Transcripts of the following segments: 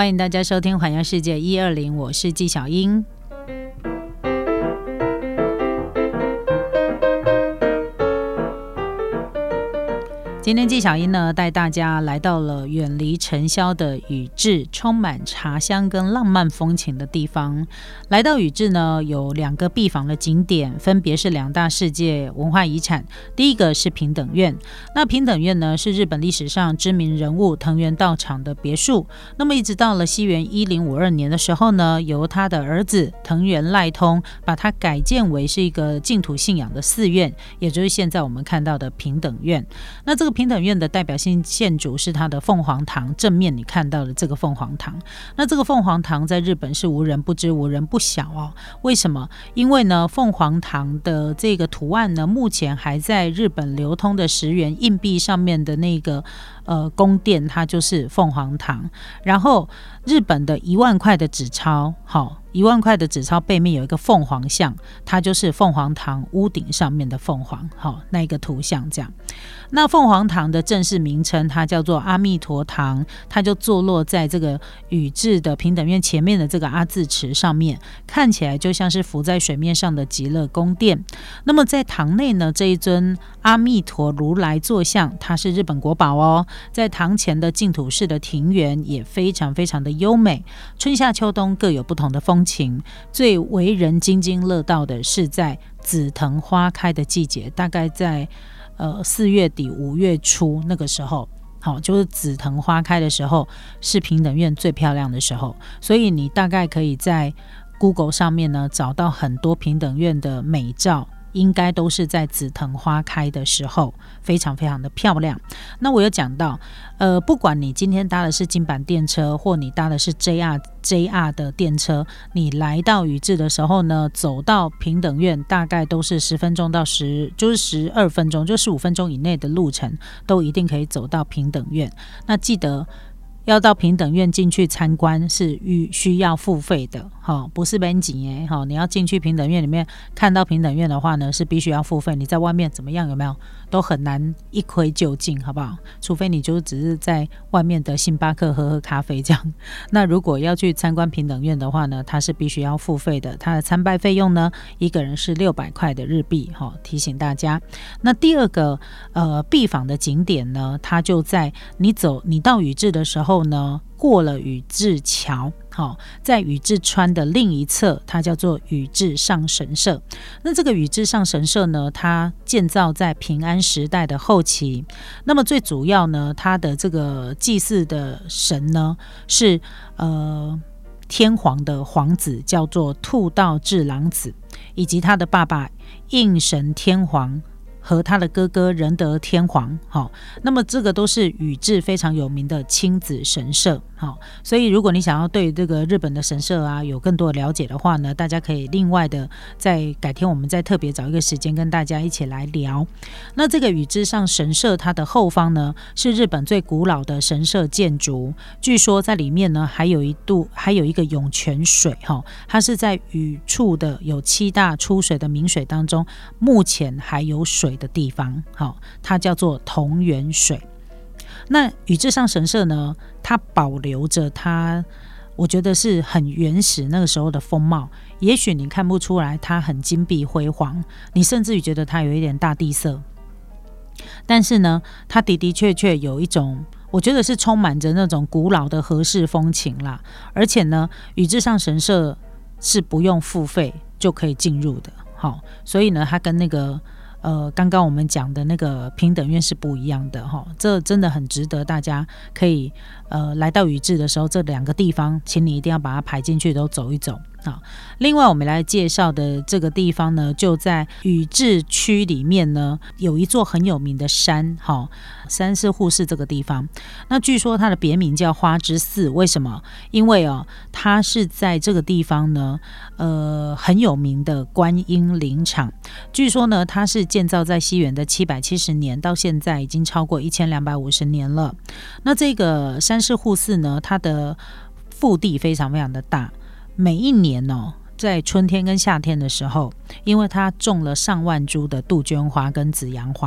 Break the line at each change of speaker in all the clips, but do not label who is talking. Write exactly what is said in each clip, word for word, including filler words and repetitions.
欢迎大家收听环游世界一二零，我是纪晓英。今天纪晓英呢带大家来到了远离尘嚣的宇治，充满茶香跟浪漫风情的地方。来到宇治呢，有两个必访的景点，分别是两大世界文化遗产。第一个是平等院，那平等院呢是日本历史上知名人物藤原道长的别墅。那么一直到了西元一零五二年的时候呢，由他的儿子藤原赖通把它改建为是一个净土信仰的寺院，也就是现在我们看到的平等院。那这个平等院的代表性建筑是它的凤凰堂，正面你看到的这个凤凰堂。那这个凤凰堂在日本是无人不知无人不晓哦。为什么？因为呢凤凰堂的这个图案呢，目前还在日本流通的十元硬币上面的那个呃宫殿，它就是凤凰堂。然后日本的一万块的纸钞，好，一万块的纸钞背面有一个凤凰像，它就是凤凰堂屋顶上面的凤凰，好，那一个图像这样。那凤凰堂的正式名称它叫做阿弥陀堂，它就坐落在这个宇治的平等院前面的这个阿字池上面，看起来就像是浮在水面上的极乐宫殿。那么在堂内呢，这一尊阿弥陀如来坐像，它是日本国宝哦。在堂前的净土式的庭园也非常非常的优美，春夏秋冬各有不同的风情。最为人津津乐道的是在紫藤花开的季节，大概在呃四月底五月初那个时候，好，就是紫藤花开的时候，是平等院最漂亮的时候。所以你大概可以在 Google 上面呢找到很多平等院的美照，应该都是在紫藤花开的时候，非常非常的漂亮。那我有讲到呃，不管你今天搭的是京阪电车，或你搭的是 J R J R 的电车，你来到宇治的时候呢，走到平等院大概都是十分钟到十就是十二分钟，就十五分钟以内的路程，都一定可以走到平等院。那记得要到平等院进去参观是需要付费的，哦，不是免钱耶，哦，你要进去平等院里面看到平等院的话呢，是必须要付费。你在外面怎么样有没有都很难一窥究竟，好不好？除非你就只是在外面的星巴克喝喝咖啡这样。那如果要去参观平等院的话呢，它是必须要付费的。它的参拜费用呢，一个人是六百块的日币，哦，提醒大家。那第二个呃必访的景点呢，它就在你走你到宇治的时候呢，过了宇治桥，哦，在宇治川的另一侧，它叫做宇治上神社。那这个宇治上神社呢，它建造在平安时代的后期。那么最主要呢，它的这个祭祀的神呢，是呃天皇的皇子，叫做兔道智郎子，以及他的爸爸应神天皇和他的哥哥仁德天皇，哦，那么这个都是宇治非常有名的亲子神社，哦，所以如果你想要对这个日本的神社啊有更多的了解的话呢，大家可以另外的在改天我们再特别找一个时间跟大家一起来聊。那这个宇治上神社它的后方呢，是日本最古老的神社建筑，据说在里面呢还有一度还有一个涌泉水，哦，它是在宇处的有七大出水的名水当中，目前还有水的地方，好，它叫做桐原水。那宇治上神社呢，它保留着它我觉得是很原始那个时候的风貌，也许你看不出来它很金碧辉煌，你甚至于觉得它有一点大地色，但是呢它的的确确有一种我觉得是充满着那种古老的和式风情啦。而且呢宇治上神社是不用付费就可以进入的，好，所以呢它跟那个呃，刚刚我们讲的那个平等院是不一样的，哦，这真的很值得大家可以呃来到宇治的时候，这两个地方请你一定要把它排进去都走一走。好，另外我们来介绍的这个地方呢，就在宇治区里面呢，有一座很有名的山，好，山是户寺这个地方。那据说它的别名叫花之寺，为什么？因为哦，它是在这个地方呢，呃，很有名的观音林场。据说呢，它是建造在西元的七百七十年，到现在已经超过一千两百五十年了。那这个山寺户寺呢，它的腹地非常非常的大。每一年哦，在春天跟夏天的时候，因为它种了上万株的杜鹃花跟紫阳花，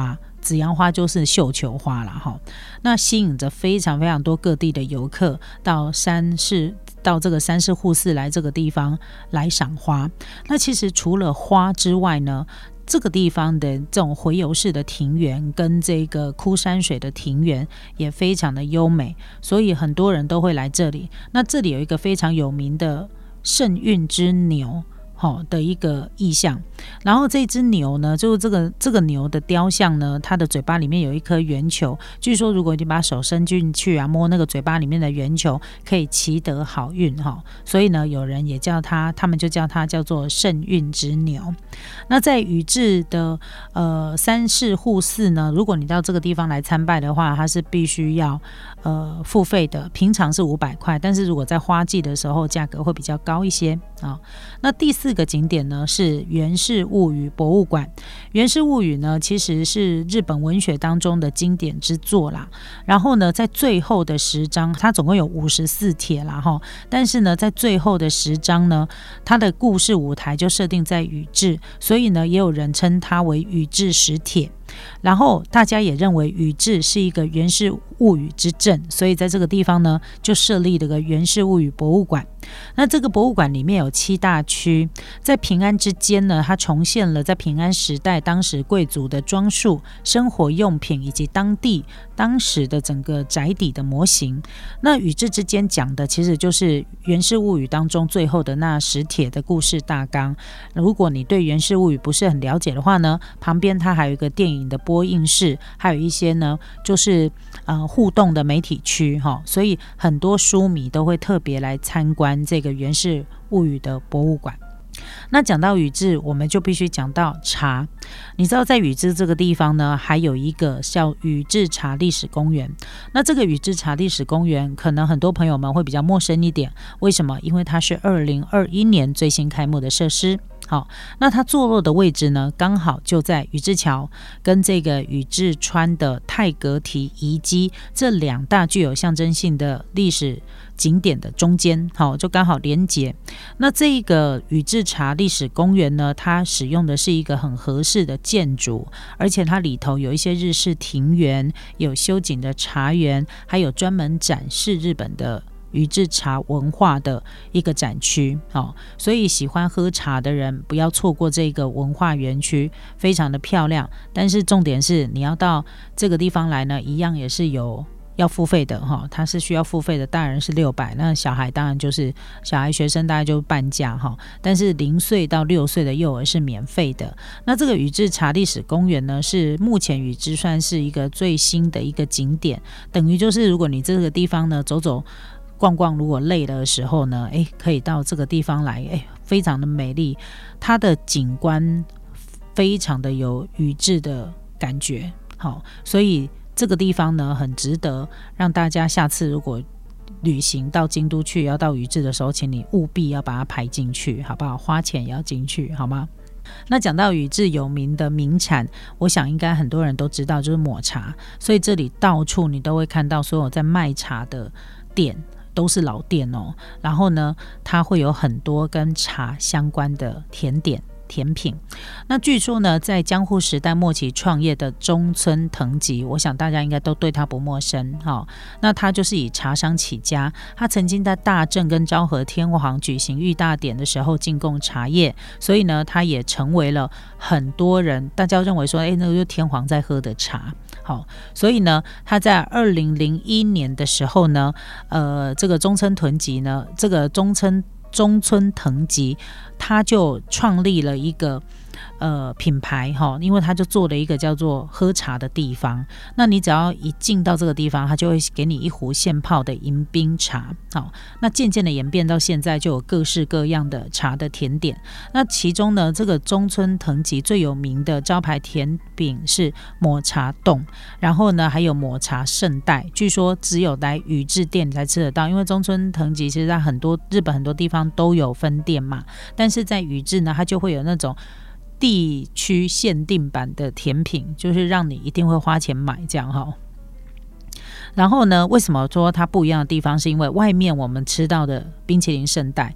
紫阳花就是绣球花啦齁，那吸引着非常非常多各地的游客到山市到这个山市户寺来这个地方来赏花。那其实除了花之外呢，这个地方的这种回游式的庭园跟这个枯山水的庭园也非常的优美，所以很多人都会来这里。那这里有一个非常有名的圣运之牛的一个意象，然后这只牛呢，就是这个这个牛的雕像呢，它的嘴巴里面有一颗圆球，据说如果你把手伸进去啊，摸那个嘴巴里面的圆球，可以祈得好运哈。所以呢，有人也叫它，他们就叫它叫做圣运之牛。那在宇治的呃三市户寺呢，如果你到这个地方来参拜的话，它是必须要呃付费的，平常是五百块，但是如果在花季的时候，价格会比较高一些啊。那第四个景点呢是源氏物语博物馆。源氏物语呢其实是日本文学当中的经典之作啦，然后呢在最后的十章，它总共有五十四帖啦齁，但是呢在最后的十章呢，它的故事舞台就设定在宇治，所以呢也有人称它为宇治十帖。然后大家也认为宇治是一个源氏物语之镇，所以在这个地方呢就设立了个源氏物语博物馆。那这个博物馆里面有七大区，在平安之间呢，它重现了在平安时代当时贵族的装束、生活用品以及当地当时的整个宅邸的模型。那宇治之间讲的其实就是源氏物语当中最后的那十帖的故事大纲。如果你对源氏物语不是很了解的话呢，旁边它还有一个电影的播映室，还有一些呢就是呃互动的媒体区齁，所以很多书迷都会特别来参观这个源氏物语的博物馆。那讲到宇治，我们就必须讲到茶。你知道在宇治这个地方呢，还有一个叫宇治茶历史公园。那这个宇治茶历史公园可能很多朋友们会比较陌生一点，为什么？因为它是二零二一年最新开幕的设施。好，那它坐落的位置呢，刚好就在宇治桥跟这个宇治川的太阁堤遗迹这两大具有象征性的历史景点的中间，好，就刚好连结。那这个宇治茶历史公园呢，它使用的是一个很合适的建筑，而且它里头有一些日式庭园，有修景的茶园，还有专门展示日本的宇治茶文化的一个展区、哦、所以喜欢喝茶的人不要错过这个文化园区，非常的漂亮。但是重点是你要到这个地方来呢，一样也是有要付费的、哦、它是需要付费的，大人是六百，那小孩当然就是小孩学生大概就半价、哦、但是零岁到六岁的幼儿是免费的。那这个宇治茶历史公园呢，是目前宇治算是一个最新的一个景点，等于就是如果你这个地方呢走走逛逛，如果累了的时候呢，诶可以到这个地方来，诶非常的美丽，它的景观非常的有宇治的感觉。好，所以这个地方呢很值得让大家下次如果旅行到京都去要到宇治的时候，请你务必要把它排进去，好不好？花钱也要进去，好吗？那讲到宇治有名的名产，我想应该很多人都知道，就是抹茶。所以这里到处你都会看到所有在卖茶的店，都是老店哦。然后呢，它会有很多跟茶相关的甜点甜品。那据说呢，在江户时代末期创业的中村藤吉，我想大家应该都对他不陌生、哦、那他就是以茶商起家，他曾经在大正跟昭和天皇举行御大典的时候进贡茶叶，所以呢他也成为了很多人大家认为说，哎，那个就是天皇在喝的茶。好，所以呢他在二零零一年的时候呢，呃，这个中村藤吉呢，这个中村中村藤吉他就创立了一个呃品牌、哦、因为他就做了一个叫做喝茶的地方。那你只要一进到这个地方，他就会给你一壶现泡的迎宾茶、哦、那渐渐的演变到现在就有各式各样的茶的甜点。那其中呢，这个中村藤吉最有名的招牌甜饼是抹茶冻，然后呢还有抹茶圣代，据说只有来宇治店才吃得到，因为中村藤吉其实在很多日本很多地方都有分店嘛，但是在宇治呢，它就会有那种地区限定版的甜品，就是让你一定会花钱买这样哈。然后呢，为什么说它不一样的地方，是因为外面我们吃到的冰淇淋圣代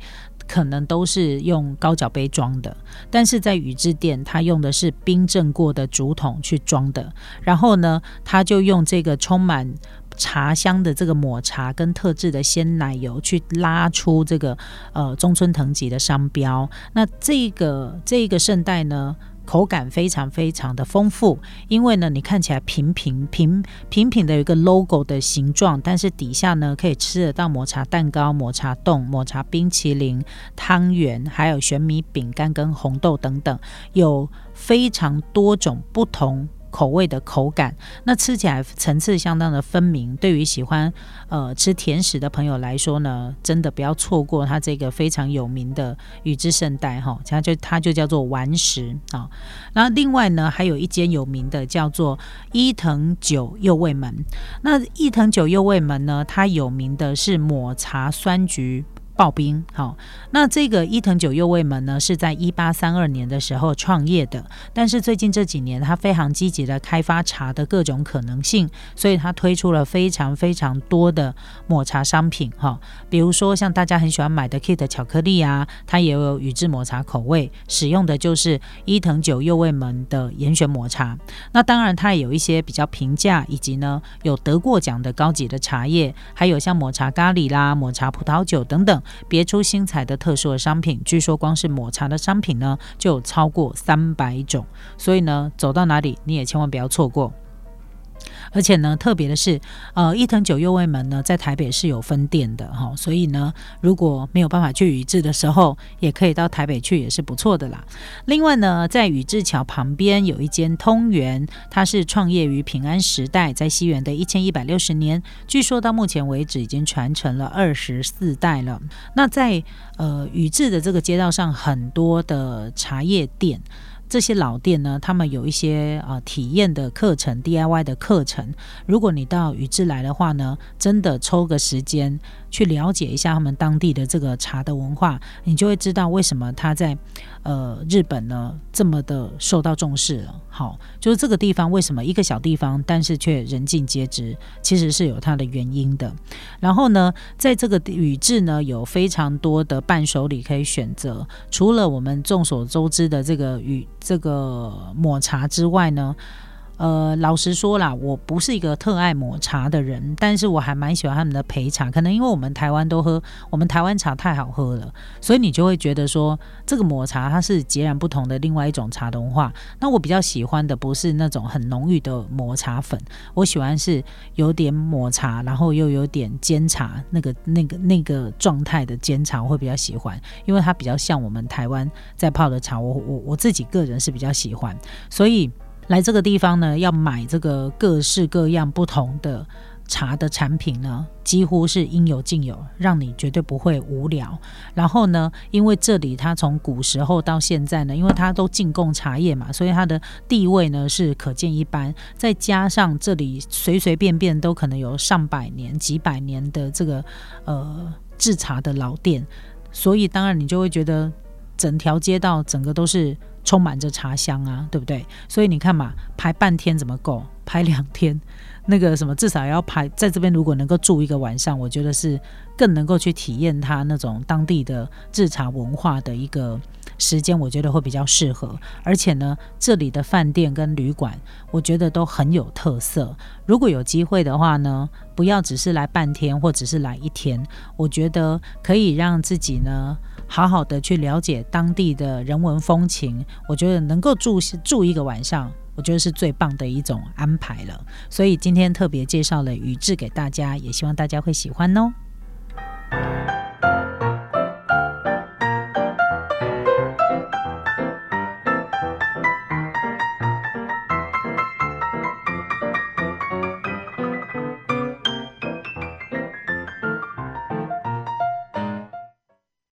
可能都是用高脚杯装的，但是在宇治店它用的是冰镇过的竹筒去装的，然后呢它就用这个充满茶香的这个抹茶跟特制的鲜奶油去拉出这个呃中村藤吉的商标。那这个这个圣代呢口感非常非常的丰富，因为呢你看起来平平平平平的有一个 logo 的形状，但是底下呢可以吃得到抹茶蛋糕、抹茶冻、抹茶冰淇淋、汤圆，还有玄米饼干跟红豆等等，有非常多种不同口味的口感，那吃起来层次相当的分明。对于喜欢呃吃甜食的朋友来说呢，真的不要错过它这个非常有名的宇治圣代哈，它就它就叫做丸石啊。然后另外呢，还有一间有名的叫做伊藤久右卫门。那伊藤久右卫门呢，它有名的是抹茶酸菊刨冰。好，那这个伊藤久右卫门呢是在一八三二年的时候创业的，但是最近这几年他非常积极的开发茶的各种可能性，所以他推出了非常非常多的抹茶商品哈，比如说像大家很喜欢买的 Kit 巧克力啊，它也有宇治抹茶口味，使用的就是伊藤久右卫门的严选抹茶。那当然它也有一些比较平价以及呢有得过奖的高级的茶叶，还有像抹茶咖喱啦、抹茶葡萄酒等等别出心裁的特殊的商品，据说光是抹茶的商品呢就有超过三百种，所以呢走到哪里你也千万不要错过。而且呢特别的是呃，伊藤久右卫门呢在台北是有分店的、哦、所以呢如果没有办法去宇治的时候也可以到台北去，也是不错的啦。另外呢在宇治桥旁边有一间通园，它是创业于平安时代，在西元的一千一百六十年，据说到目前为止已经传承了二十四代了。那在呃宇治的这个街道上很多的茶叶店，这些老店呢他们有一些、呃、体验的课程 D I Y 的课程，如果你到宇治来的话呢，真的抽个时间去了解一下他们当地的这个茶的文化，你就会知道为什么它在呃日本呢这么的受到重视了。好，就是这个地方为什么一个小地方但是却人尽皆知，其实是有它的原因的。然后呢在这个宇治呢有非常多的伴手礼可以选择，除了我们众所周知的这个宇这个抹茶之外呢，呃，老实说啦，我不是一个特爱抹茶的人，但是我还蛮喜欢他们的焙茶。可能因为我们台湾都喝，我们台湾茶太好喝了，所以你就会觉得说，这个抹茶它是截然不同的另外一种茶的文化。那我比较喜欢的不是那种很浓郁的抹茶粉，我喜欢是有点抹茶，然后又有点煎茶，那个那个那个状态的煎茶，我会比较喜欢，因为它比较像我们台湾在泡的茶，我我我自己个人是比较喜欢，所以。来这个地方呢，要买这个各式各样不同的茶的产品呢，几乎是应有尽有，让你绝对不会无聊。然后呢，因为这里它从古时候到现在呢，因为它都进贡茶叶嘛，所以它的地位呢是可见一斑。再加上这里随随便便都可能有上百年、几百年的这个呃制茶的老店，所以当然你就会觉得整条街道整个都是充满着茶香啊，对不对？所以你看嘛，排半天怎么够？排两天，那个什么至少要排在这边，如果能够住一个晚上，我觉得是更能够去体验它那种当地的制茶文化的一个时间，我觉得会比较适合。而且呢，这里的饭店跟旅馆我觉得都很有特色，如果有机会的话呢，不要只是来半天或只是来一天，我觉得可以让自己呢好好的去了解当地的人文风情，我觉得能够住住一个晚上，我觉得是最棒的一种安排了。所以今天特别介绍了宇治给大家，也希望大家会喜欢哦。